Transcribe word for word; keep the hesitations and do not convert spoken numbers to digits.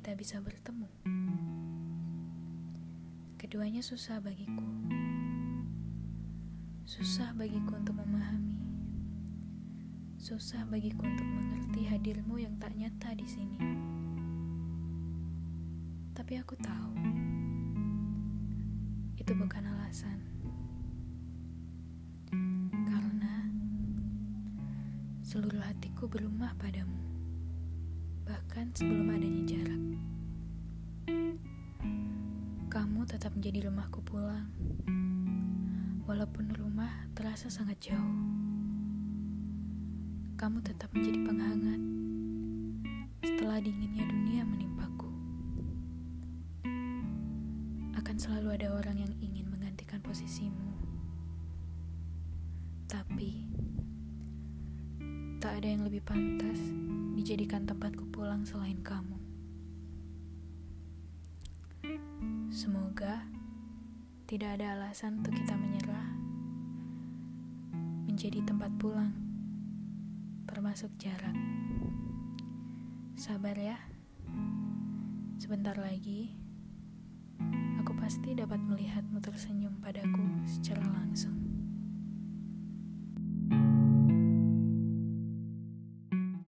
kita bisa bertemu. Keduanya susah bagiku. Susah bagiku untuk memahami. Susah bagiku untuk mengerti hadirmu yang tak nyata di sini. Tapi aku tahu, itu bukan alasan. Karena seluruh hatiku berumah padamu, bahkan sebelum adanya jarak. Kamu tetap menjadi rumahku pulang, walaupun rumah terasa sangat jauh. Kamu tetap menjadi penghangat setelah dinginnya dunia menimpaku. Akan selalu ada orang yang ingin menggantikan posisimu, tapi tak ada yang lebih pantas dijadikan tempatku pulang selain kamu. Semoga tidak ada alasan untuk kita menyerah menjadi tempat pulang, termasuk jarak. Sabar ya, sebentar lagi aku pasti dapat melihatmu tersenyum padaku secara langsung.